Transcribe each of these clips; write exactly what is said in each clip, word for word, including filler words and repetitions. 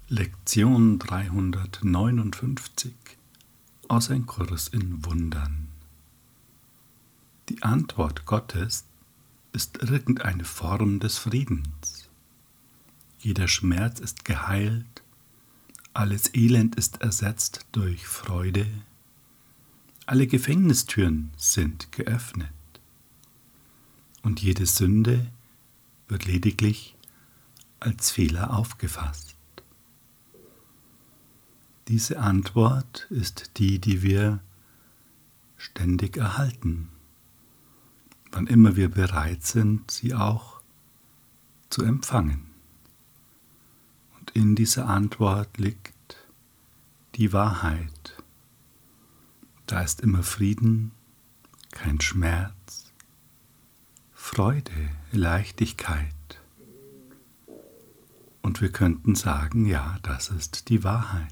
Lektion dreihundertneunundfünfzig aus Ein Kurs in Wundern. Die Antwort Gottes ist irgendeine Form des Friedens. Jeder Schmerz ist geheilt, alles Elend ist ersetzt durch Freude, alle Gefängnistüren sind geöffnet und jede Sünde wird lediglich als Fehler aufgefasst. Diese Antwort ist die, die wir ständig erhalten, wann immer wir bereit sind, sie auch zu empfangen. Und in dieser Antwort liegt die Wahrheit. Da ist immer Frieden, kein Schmerz, Freude, Leichtigkeit. Und wir könnten sagen, ja, das ist die Wahrheit.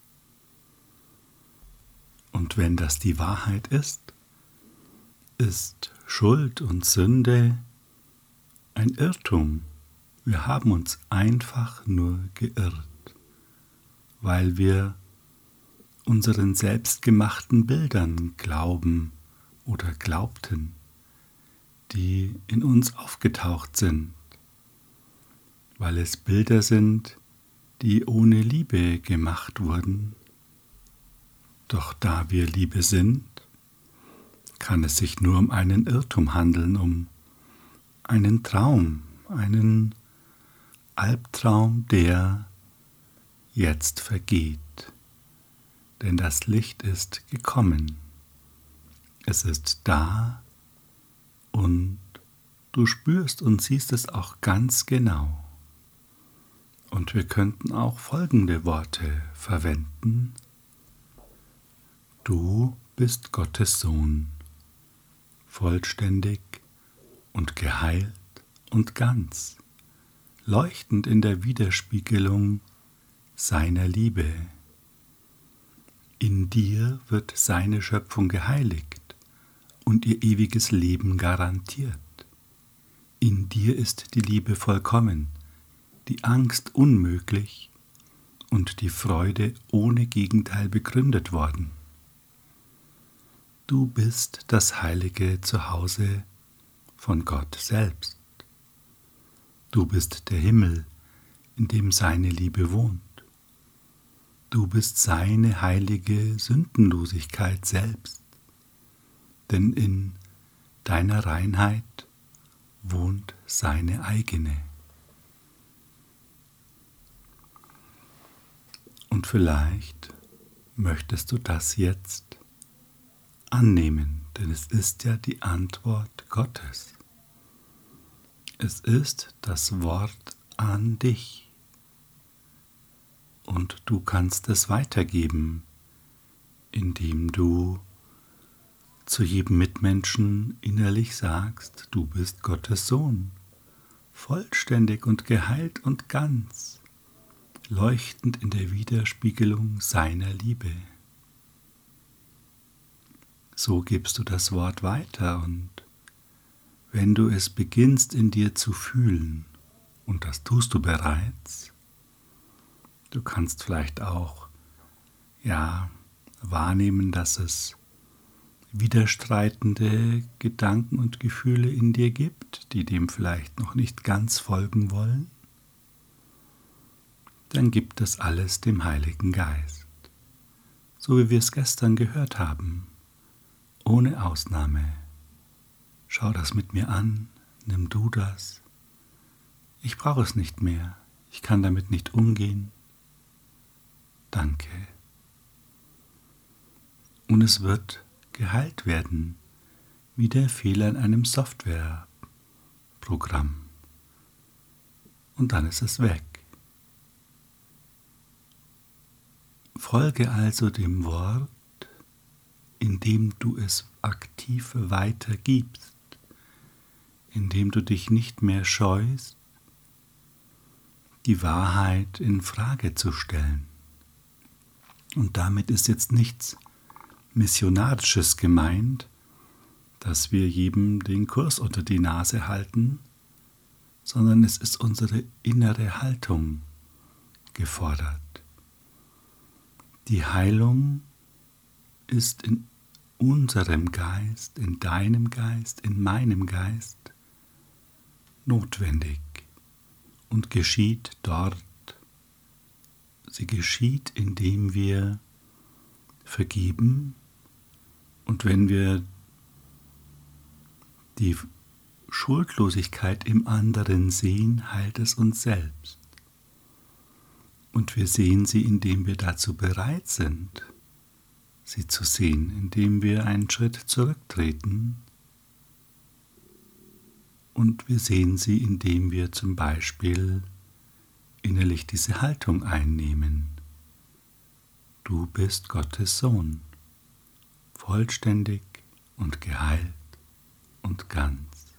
Und wenn das die Wahrheit ist, ist Schuld und Sünde ein Irrtum. Wir haben uns einfach nur geirrt, weil wir unseren selbstgemachten Bildern glauben oder glaubten, die in uns aufgetaucht sind, weil es Bilder sind, die ohne Liebe gemacht wurden. Doch da wir Liebe sind, kann es sich nur um einen Irrtum handeln, um einen Traum, einen Albtraum, der jetzt vergeht. Denn das Licht ist gekommen. Es ist da und du spürst und siehst es auch ganz genau. Und wir könnten auch folgende Worte verwenden. Du bist Gottes Sohn, vollständig und geheilt und ganz, leuchtend in der Widerspiegelung seiner Liebe. In dir wird seine Schöpfung geheiligt und ihr ewiges Leben garantiert. In dir ist die Liebe vollkommen, die Angst unmöglich und die Freude ohne Gegenteil begründet worden. Du bist das heilige Zuhause von Gott selbst. Du bist der Himmel, in dem seine Liebe wohnt. Du bist seine heilige Sündenlosigkeit selbst, denn in deiner Reinheit wohnt seine eigene. Und vielleicht möchtest du das jetzt annehmen, denn es ist ja die Antwort Gottes. Es ist das Wort an dich und du kannst es weitergeben, indem du zu jedem Mitmenschen innerlich sagst, du bist Gottes Sohn, vollständig und geheilt und ganz, leuchtend in der Widerspiegelung seiner Liebe. So gibst du das Wort weiter und wenn du es beginnst in dir zu fühlen, und das tust du bereits, du kannst vielleicht auch ja, wahrnehmen, dass es widerstreitende Gedanken und Gefühle in dir gibt, die dem vielleicht noch nicht ganz folgen wollen, dann gibt das alles dem Heiligen Geist, so wie wir es gestern gehört haben. Ohne Ausnahme. Schau das mit mir an, nimm du das. Ich brauche es nicht mehr, ich kann damit nicht umgehen. Danke. Und es wird geheilt werden, wie der Fehler in einem Softwareprogramm. Und dann ist es weg. Folge also dem Wort, indem du es aktiv weitergibst, indem du dich nicht mehr scheust, die Wahrheit in Frage zu stellen. Und damit ist jetzt nichts Missionarisches gemeint, dass wir jedem den Kurs unter die Nase halten, sondern es ist unsere innere Haltung, gefordert. Die Heilung ist in unserem Geist, in deinem Geist, in meinem Geist notwendig und geschieht dort. Sie geschieht, indem wir vergeben und wenn wir die Schuldlosigkeit im anderen sehen, heilt es uns selbst. Und wir sehen sie, indem wir dazu bereit sind, sie zu sehen, indem wir einen Schritt zurücktreten. Und wir sehen sie, indem wir zum Beispiel innerlich diese Haltung einnehmen. Du bist Gottes Sohn, vollständig und geheilt und ganz.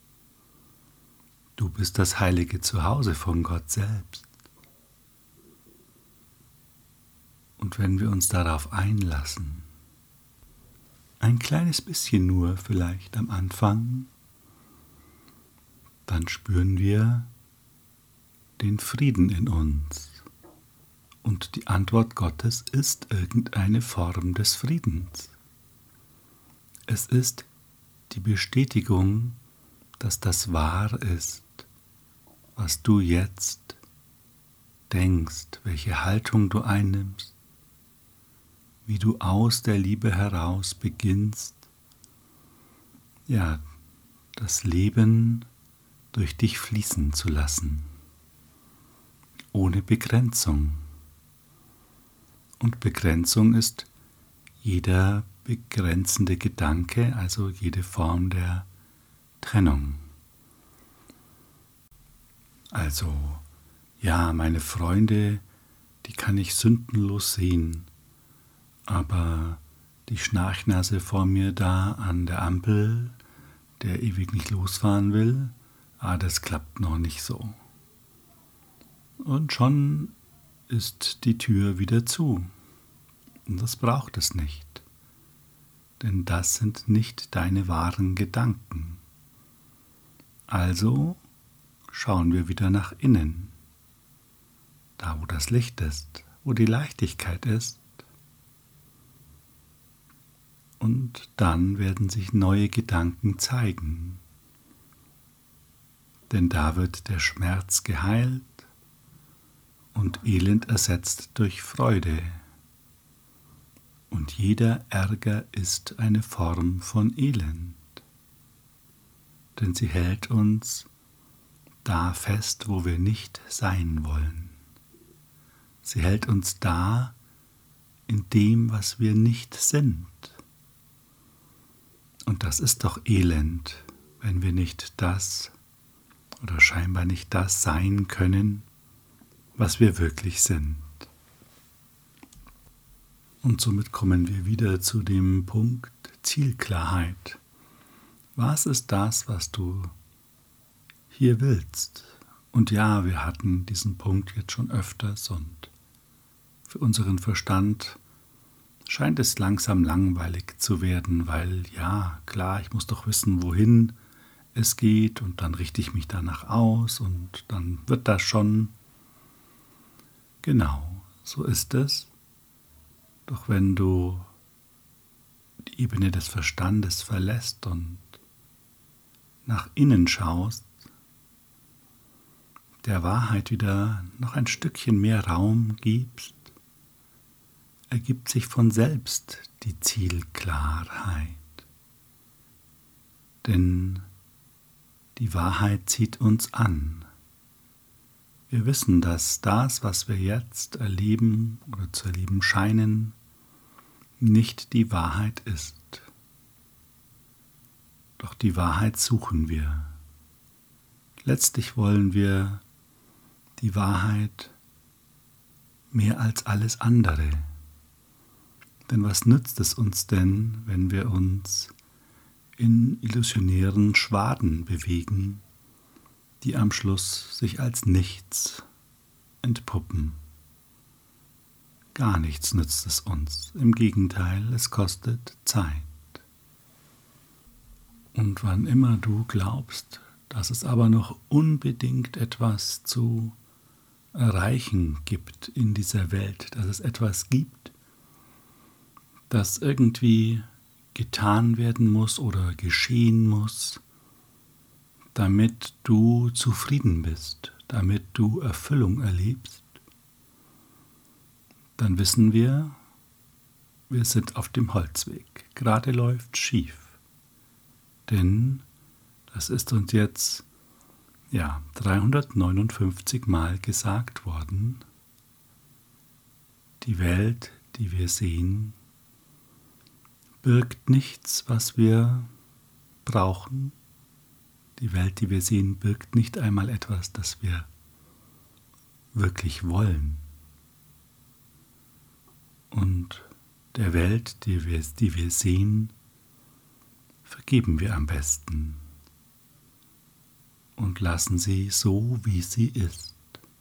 Du bist das heilige Zuhause von Gott selbst. Und wenn wir uns darauf einlassen, ein kleines bisschen nur vielleicht am Anfang, dann spüren wir den Frieden in uns. Und die Antwort Gottes ist irgendeine Form des Friedens. Es ist die Bestätigung, dass das wahr ist, was du jetzt denkst, welche Haltung du einnimmst, wie du aus der Liebe heraus beginnst, ja, das Leben durch dich fließen zu lassen, ohne Begrenzung. Und Begrenzung ist jeder begrenzende Gedanke, also jede Form der Trennung. Also, ja, meine Freunde, die kann ich sündenlos sehen, aber die Schnarchnase vor mir da an der Ampel, der ewig nicht losfahren will, ah, das klappt noch nicht so. Und schon ist die Tür wieder zu. Und das braucht es nicht, denn das sind nicht deine wahren Gedanken. Also schauen wir wieder nach innen, da wo das Licht ist, wo die Leichtigkeit ist. Und dann werden sich neue Gedanken zeigen, denn da wird der Schmerz geheilt und Elend ersetzt durch Freude. Und jeder Ärger ist eine Form von Elend, denn sie hält uns da fest, wo wir nicht sein wollen. Sie hält uns da in dem, was wir nicht sind. Und das ist doch Elend, wenn wir nicht das oder scheinbar nicht das sein können, was wir wirklich sind. Und somit kommen wir wieder zu dem Punkt Zielklarheit. Was ist das, was du hier willst? Und ja, wir hatten diesen Punkt jetzt schon öfters und für unseren Verstand scheint es langsam langweilig zu werden, weil ja, klar, ich muss doch wissen, wohin es geht und dann richte ich mich danach aus und dann wird das schon. Genau, so ist es. Doch wenn du die Ebene des Verstandes verlässt und nach innen schaust, der Wahrheit wieder noch ein Stückchen mehr Raum gibst, ergibt sich von selbst die Zielklarheit. Denn die Wahrheit zieht uns an. Wir wissen, dass das, was wir jetzt erleben oder zu erleben scheinen, nicht die Wahrheit ist. Doch die Wahrheit suchen wir. Letztlich wollen wir die Wahrheit mehr als alles andere. Denn was nützt es uns denn, wenn wir uns in illusionären Schwaden bewegen, die am Schluss sich als nichts entpuppen? Gar nichts nützt es uns. Im Gegenteil, es kostet Zeit. Und wann immer du glaubst, dass es aber noch unbedingt etwas zu erreichen gibt in dieser Welt, dass es etwas gibt, das irgendwie getan werden muss oder geschehen muss, damit du zufrieden bist, damit du Erfüllung erlebst, dann wissen wir, wir sind auf dem Holzweg. Gerade läuft schief. Denn das ist uns jetzt ja, dreihundertneunundfünfzig Mal gesagt worden. Die Welt, die wir sehen, birgt nichts, was wir brauchen. Die Welt, die wir sehen, birgt nicht einmal etwas, das wir wirklich wollen. Und der Welt, die wir, die wir sehen, vergeben wir am besten und lassen sie so, wie sie ist.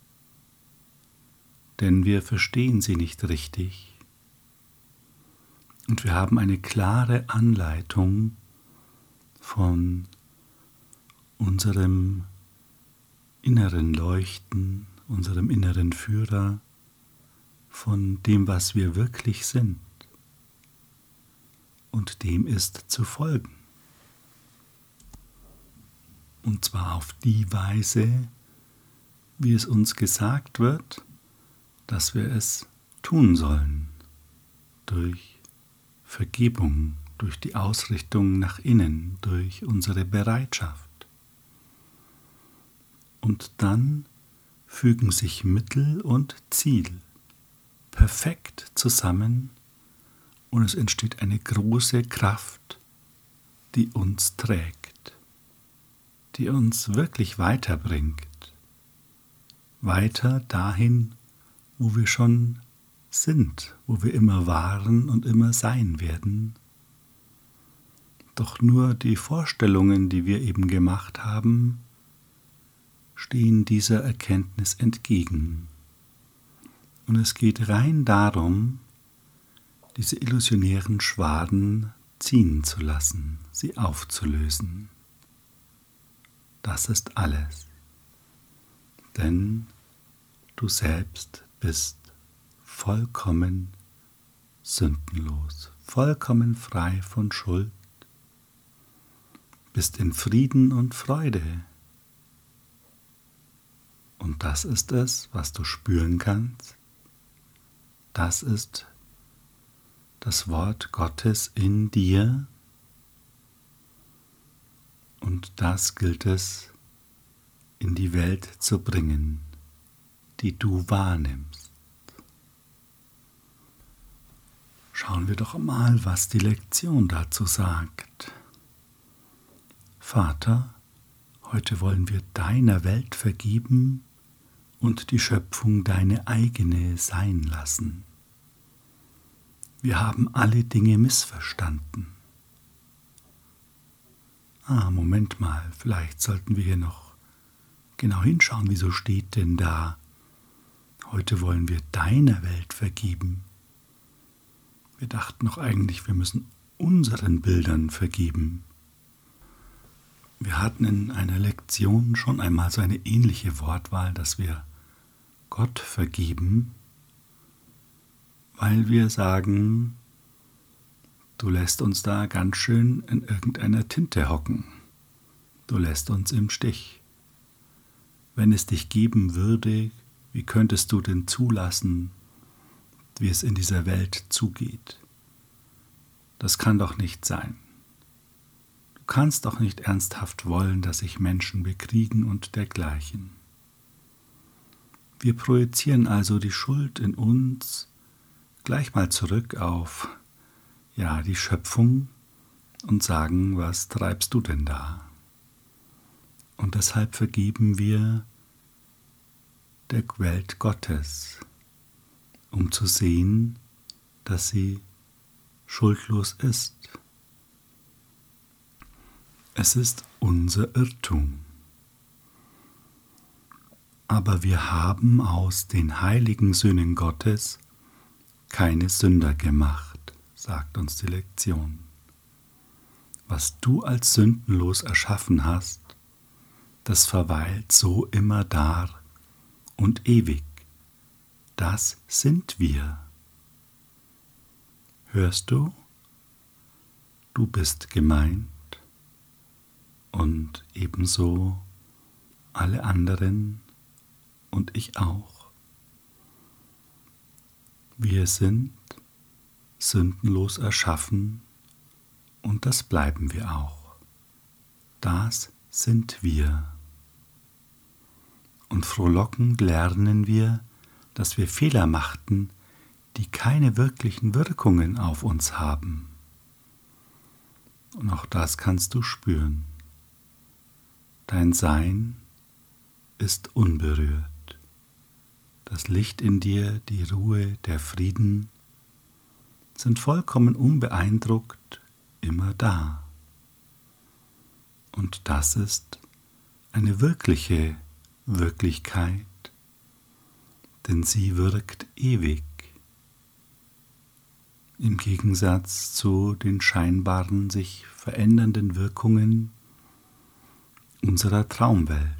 Denn wir verstehen sie nicht richtig und wir haben eine klare Anleitung von unserem inneren Leuchten, unserem inneren Führer, von dem, was wir wirklich sind. Und dem ist zu folgen. Und zwar auf die Weise, wie es uns gesagt wird, dass wir es tun sollen. Durch Vergebung, durch die Ausrichtung nach innen, durch unsere Bereitschaft. Und dann fügen sich Mittel und Ziel perfekt zusammen und es entsteht eine große Kraft, die uns trägt, die uns wirklich weiterbringt, weiter dahin, wo wir schon sind, wo wir immer waren und immer sein werden. Doch nur die Vorstellungen, die wir eben gemacht haben, stehen dieser Erkenntnis entgegen. Und es geht rein darum, diese illusionären Schwaden ziehen zu lassen, sie aufzulösen. Das ist alles. Denn du selbst bist vollkommen sündenlos, vollkommen frei von Schuld, bist in Frieden und Freude. Und das ist es, was du spüren kannst. Das ist das Wort Gottes in dir. Und das gilt es in die Welt zu bringen, die du wahrnimmst. Schauen wir doch mal, was die Lektion dazu sagt. Vater, heute wollen wir deiner Welt vergeben und die Schöpfung deine eigene sein lassen. Wir haben alle Dinge missverstanden. Ah, Moment mal, vielleicht sollten wir hier noch genau hinschauen, wieso steht denn da, heute wollen wir deiner Welt vergeben. Wir dachten doch eigentlich, wir müssen unseren Bildern vergeben. Wir hatten in einer Lektion schon einmal so eine ähnliche Wortwahl, dass wir Gott vergeben, weil wir sagen, du lässt uns da ganz schön in irgendeiner Tinte hocken. Du lässt uns im Stich. Wenn es dich geben würde, wie könntest du denn zulassen, wie es in dieser Welt zugeht? Das kann doch nicht sein. Du kannst doch nicht ernsthaft wollen, dass sich Menschen bekriegen und dergleichen. Wir projizieren also die Schuld in uns gleich mal zurück auf ja, die Schöpfung und sagen, was treibst du denn da? Und deshalb vergeben wir der Welt Gottes, um zu sehen, dass sie schuldlos ist. Es ist unser Irrtum. Aber wir haben aus den heiligen Söhnen Gottes keine Sünder gemacht, sagt uns die Lektion. Was du als sündenlos erschaffen hast, das verweilt so immer da und ewig. Das sind wir. Hörst du? Du bist gemeint und ebenso alle anderen und ich auch. Wir sind sündenlos erschaffen und das bleiben wir auch. Das sind wir. Und frohlockend lernen wir, dass wir Fehler machten, die keine wirklichen Wirkungen auf uns haben. Und auch das kannst du spüren. Dein Sein ist unberührt. Das Licht in dir, die Ruhe, der Frieden sind vollkommen unbeeindruckt immer da. Und das ist eine wirkliche Wirklichkeit, denn sie wirkt ewig. Im Gegensatz zu den scheinbaren, sich verändernden Wirkungen unserer Traumwelt.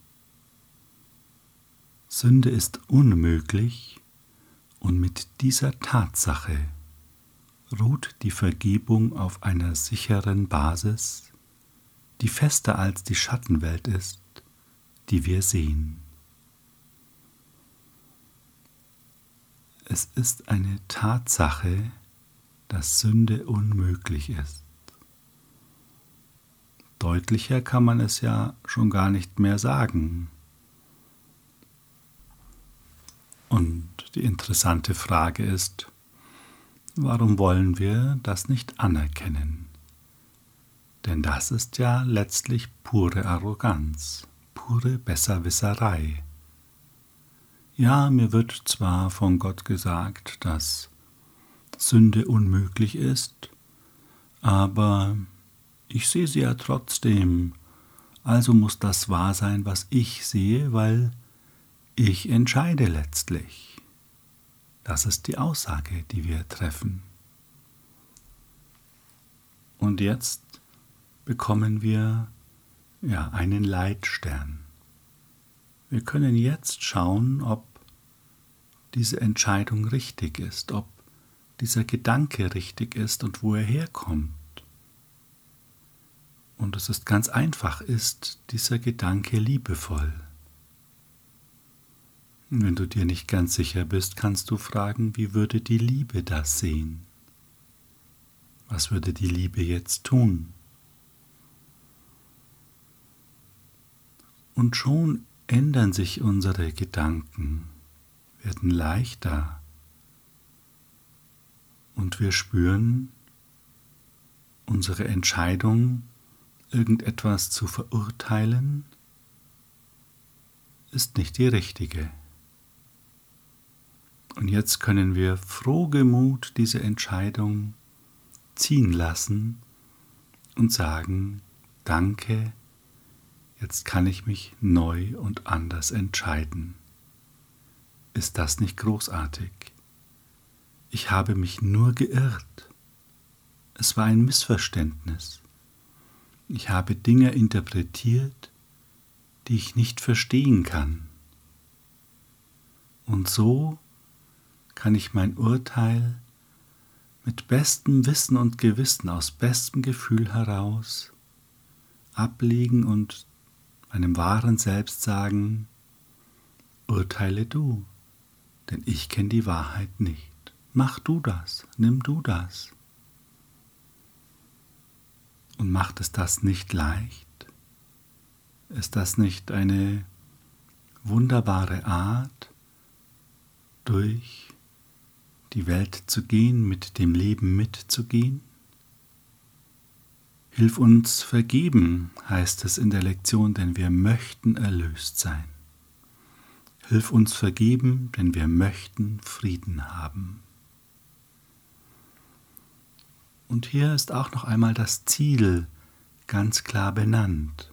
Sünde ist unmöglich und mit dieser Tatsache ruht die Vergebung auf einer sicheren Basis, die fester als die Schattenwelt ist, die wir sehen. Es ist eine Tatsache, dass Sünde unmöglich ist. Deutlicher kann man es ja schon gar nicht mehr sagen. Und die interessante Frage ist, warum wollen wir das nicht anerkennen? Denn das ist ja letztlich pure Arroganz, pure Besserwisserei. Ja, mir wird zwar von Gott gesagt, dass Sünde unmöglich ist, aber ich sehe sie ja trotzdem, also muss das wahr sein, was ich sehe, weil ich entscheide letztlich. Das ist die Aussage, die wir treffen. Und jetzt bekommen wir ja einen Leitstern. Wir können jetzt schauen, ob diese Entscheidung richtig ist, ob dieser Gedanke richtig ist und wo er herkommt. Und es ist ganz einfach, ist dieser Gedanke liebevoll? Und wenn du dir nicht ganz sicher bist, kannst du fragen, wie würde die Liebe das sehen? Was würde die Liebe jetzt tun? Und schon ändern sich unsere Gedanken, werden leichter und wir spüren, unsere Entscheidung, irgendetwas zu verurteilen, ist nicht die richtige. Und jetzt können wir frohgemut diese Entscheidung ziehen lassen und sagen, danke, jetzt kann ich mich neu und anders entscheiden. Ist das nicht großartig? Ich habe mich nur geirrt. Es war ein Missverständnis. Ich habe Dinge interpretiert, die ich nicht verstehen kann. Und so kann ich mein Urteil mit bestem Wissen und Gewissen, aus bestem Gefühl heraus ablegen und meinem wahren Selbst sagen, urteile du, denn ich kenne die Wahrheit nicht. Mach du das, nimm du das. Und macht es das nicht leicht? Ist das nicht eine wunderbare Art, durch die Welt zu gehen, mit dem Leben mitzugehen? Hilf uns vergeben, heißt es in der Lektion, denn wir möchten erlöst sein. Hilf uns vergeben, denn wir möchten Frieden haben. Und hier ist auch noch einmal das Ziel ganz klar benannt.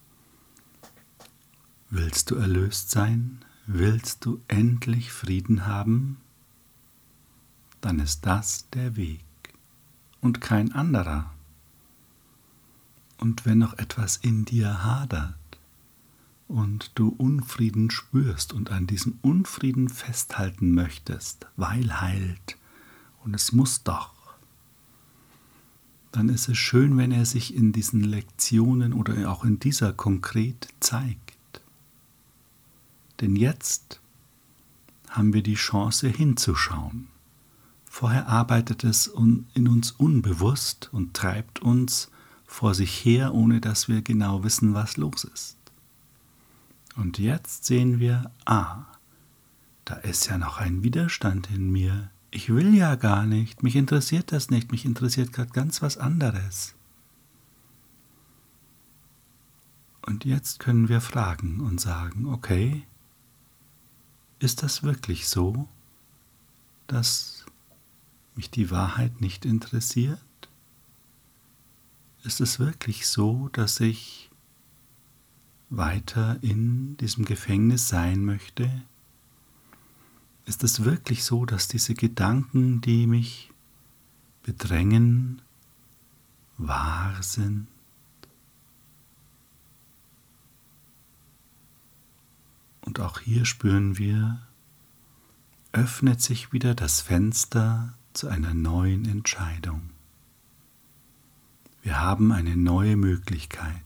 Willst du erlöst sein? Willst du endlich Frieden haben? Dann ist das der Weg und kein anderer. Und wenn noch etwas in dir hadert, und du Unfrieden spürst und an diesem Unfrieden festhalten möchtest, weil halt und es muss doch, dann ist es schön, wenn er sich in diesen Lektionen oder auch in dieser konkret zeigt. Denn jetzt haben wir die Chance hinzuschauen. Vorher arbeitet es in uns unbewusst und treibt uns vor sich her, ohne dass wir genau wissen, was los ist. Und jetzt sehen wir, ah, da ist ja noch ein Widerstand in mir. Ich will ja gar nicht, mich interessiert das nicht, mich interessiert gerade ganz was anderes. Und jetzt können wir fragen und sagen, okay, ist das wirklich so, dass mich die Wahrheit nicht interessiert? Ist es wirklich so, dass ich weiter in diesem Gefängnis sein möchte? Ist es wirklich so, dass diese Gedanken, die mich bedrängen, wahr sind? Und auch hier spüren wir, öffnet sich wieder das Fenster zu einer neuen Entscheidung. Wir haben eine neue Möglichkeit.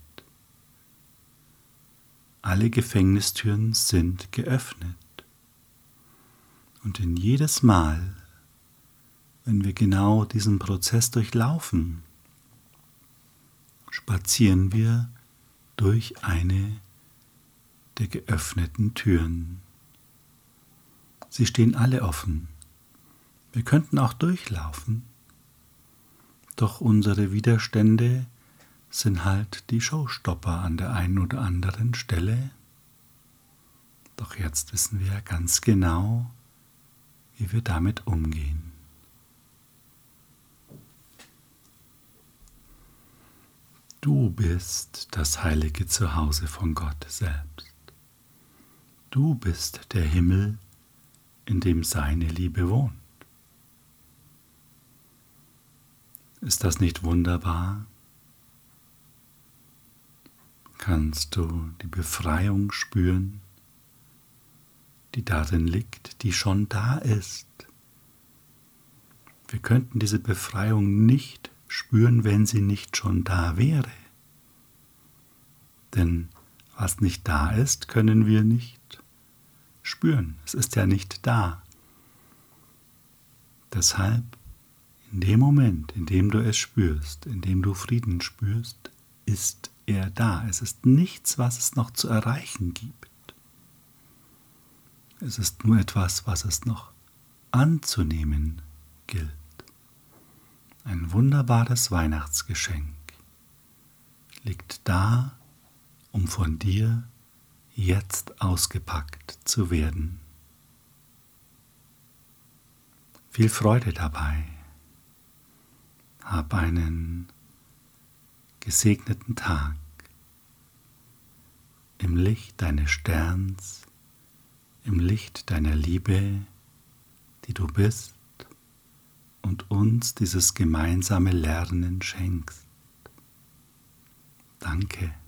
Alle Gefängnistüren sind geöffnet. Und in jedes Mal, wenn wir genau diesen Prozess durchlaufen, spazieren wir durch eine der geöffneten Türen. Sie stehen alle offen. Wir könnten auch durchlaufen, doch unsere Widerstände sind halt die Showstopper an der einen oder anderen Stelle. Doch jetzt wissen wir ganz genau, wie wir damit umgehen. Du bist das heilige Zuhause von Gott selbst. Du bist der Himmel, in dem seine Liebe wohnt. Ist das nicht wunderbar? Kannst du die Befreiung spüren, die darin liegt, die schon da ist? Wir könnten diese Befreiung nicht spüren, wenn sie nicht schon da wäre. Denn was nicht da ist, können wir nicht spüren. Es ist ja nicht da. Deshalb, in dem Moment, in dem du es spürst, in dem du Frieden spürst, ist er da. Es ist nichts, was es noch zu erreichen gibt. Es ist nur etwas, was es noch anzunehmen gilt. Ein wunderbares Weihnachtsgeschenk liegt da, um von dir jetzt ausgepackt zu werden. Viel Freude dabei. Hab einen gesegneten Tag im Licht deines Sterns, im Licht deiner Liebe, die du bist und uns dieses gemeinsame Lernen schenkst. Danke.